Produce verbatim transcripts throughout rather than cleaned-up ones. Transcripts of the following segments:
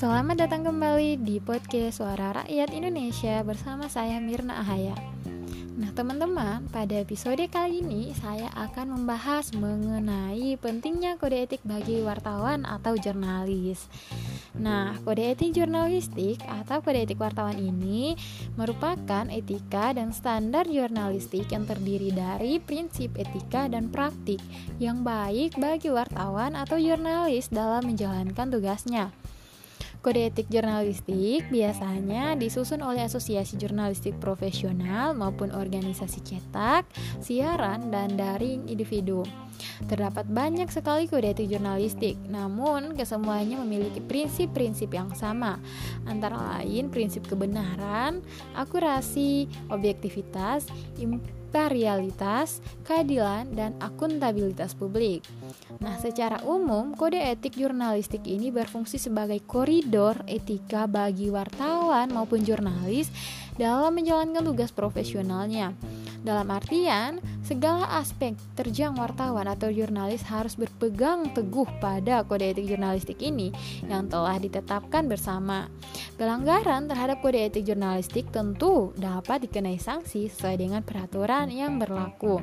Selamat datang kembali di podcast Suara Rakyat Indonesia bersama saya Mirna Ahaya. Nah teman-teman, pada episode kali ini saya akan membahas mengenai pentingnya kode etik bagi wartawan atau jurnalis. Nah, kode etik jurnalistik atau kode etik wartawan ini merupakan etika dan standar jurnalistik yang terdiri dari prinsip etika dan praktik yang baik bagi wartawan atau jurnalis dalam menjalankan tugasnya. Kode etik jurnalistik biasanya disusun oleh asosiasi jurnalistik profesional maupun organisasi cetak, siaran, dan daring individu. Terdapat banyak sekali kode etik jurnalistik, namun kesemuanya memiliki prinsip-prinsip yang sama, antara lain prinsip kebenaran, akurasi, objektivitas, imparsialitas, keadilan, dan akuntabilitas publik. Nah, secara umum, kode etik jurnalistik ini berfungsi sebagai koridor etika bagi wartawan maupun jurnalis dalam menjalankan tugas profesionalnya. Dalam artian, segala aspek terjang wartawan atau jurnalis harus berpegang teguh pada kode etik jurnalistik ini yang telah ditetapkan bersama. Pelanggaran terhadap kode etik jurnalistik tentu dapat dikenai sanksi sesuai dengan peraturan yang berlaku.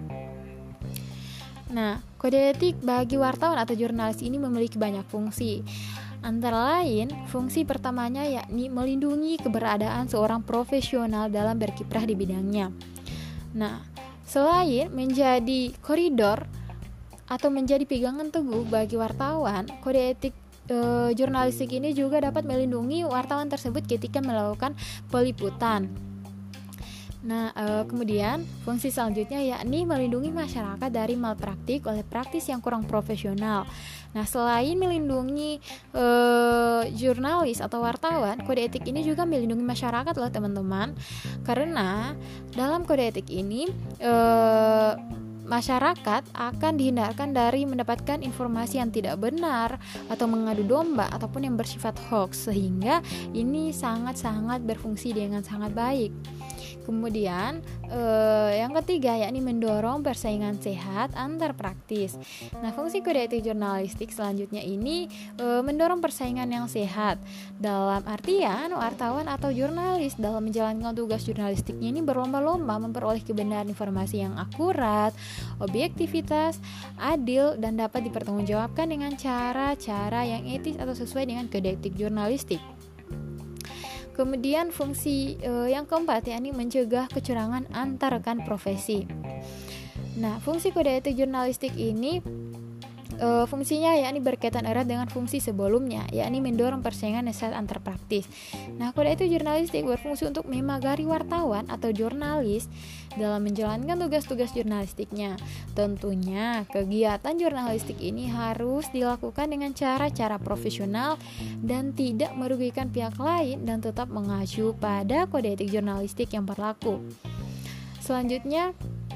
Nah, kode etik bagi wartawan atau jurnalis ini memiliki banyak fungsi. Antara lain, fungsi pertamanya yakni melindungi keberadaan seorang profesional dalam berkiprah di bidangnya. Nah, selain menjadi koridor atau menjadi pegangan teguh bagi wartawan, kode etik e, jurnalistik ini juga dapat melindungi wartawan tersebut ketika melakukan peliputan. Nah, e, kemudian fungsi selanjutnya yakni melindungi masyarakat dari malpraktik oleh praktis yang kurang profesional. Nah, selain melindungi e, jurnalis atau wartawan, kode etik ini juga melindungi masyarakat loh teman-teman. Karena dalam kode etik ini e, masyarakat akan dihindarkan dari mendapatkan informasi yang tidak benar atau mengadu domba ataupun yang bersifat hoax, sehingga ini sangat-sangat berfungsi dengan sangat baik. Kemudian eh, yang ketiga yakni mendorong persaingan sehat antar praktis. Nah, fungsi kode etik jurnalistik selanjutnya ini eh, mendorong persaingan yang sehat. Dalam artian wartawan atau jurnalis dalam menjalankan tugas jurnalistiknya ini berlomba-lomba memperoleh kebenaran informasi yang akurat, objektivitas, adil, dan dapat dipertanggungjawabkan dengan cara-cara yang etis atau sesuai dengan kode etik jurnalistik. Kemudian fungsi e, yang keempat yakni mencegah kecurangan antar rekan profesi. Nah, fungsi kode etik jurnalistik ini e, fungsinya yakni berkaitan erat dengan fungsi sebelumnya, yakni mendorong persaingan sehat antar praktis. Nah, kode etik jurnalistik berfungsi untuk memagari wartawan atau jurnalis dalam menjalankan tugas-tugas jurnalistiknya. Tentunya, kegiatan jurnalistik ini harus dilakukan dengan cara-cara profesional dan tidak merugikan pihak lain dan tetap mengacu pada kode etik jurnalistik yang berlaku. Selanjutnya,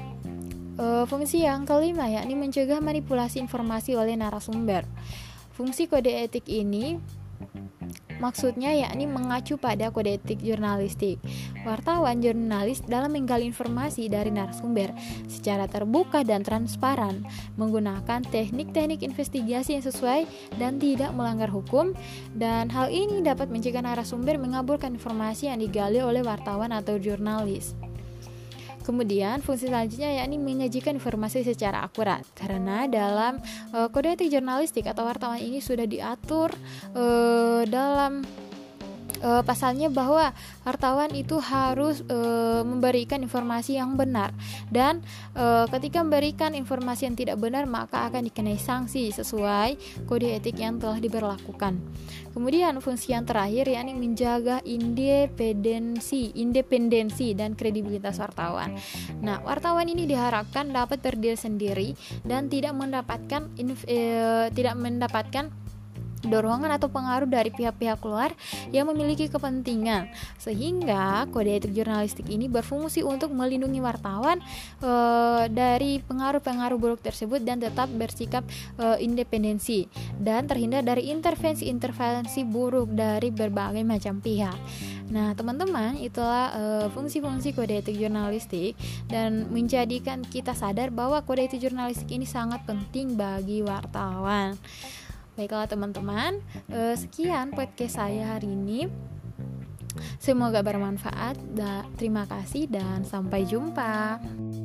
e, fungsi yang kelima yakni mencegah manipulasi informasi oleh narasumber. Fungsi kode etik ini maksudnya yakni mengacu pada kode etik jurnalistik. Wartawan jurnalis dalam menggali informasi dari narasumber secara terbuka dan transparan, menggunakan teknik-teknik investigasi yang sesuai dan tidak melanggar hukum, dan hal ini dapat mencegah narasumber mengaburkan informasi yang digali oleh wartawan atau jurnalis. Kemudian fungsi selanjutnya yakni menyajikan informasi secara akurat, karena dalam e, kode etik jurnalistik atau wartawan ini sudah diatur e, dalam e, pasalnya bahwa wartawan itu harus e, memberikan informasi yang benar, dan e, ketika memberikan informasi yang tidak benar maka akan dikenai sanksi sesuai kode etik yang telah diberlakukan. Kemudian fungsi yang terakhir yakni menjaga independensi, independensi dan kredibilitas wartawan. Nah, wartawan ini diharapkan dapat berdiri sendiri dan tidak mendapatkan eh, tidak mendapatkan dorongan atau pengaruh dari pihak-pihak luar yang memiliki kepentingan, sehingga kode etik jurnalistik ini berfungsi untuk melindungi wartawan e, dari pengaruh-pengaruh buruk tersebut dan tetap bersikap e, independensi dan terhindar dari intervensi-intervensi buruk dari berbagai macam pihak. Nah, teman-teman, itulah e, fungsi-fungsi kode etik jurnalistik dan menjadikan kita sadar bahwa kode etik jurnalistik ini sangat penting bagi wartawan. Baiklah teman-teman, uh, sekian podcast saya hari ini. Semoga bermanfaat. Da- terima kasih dan sampai jumpa.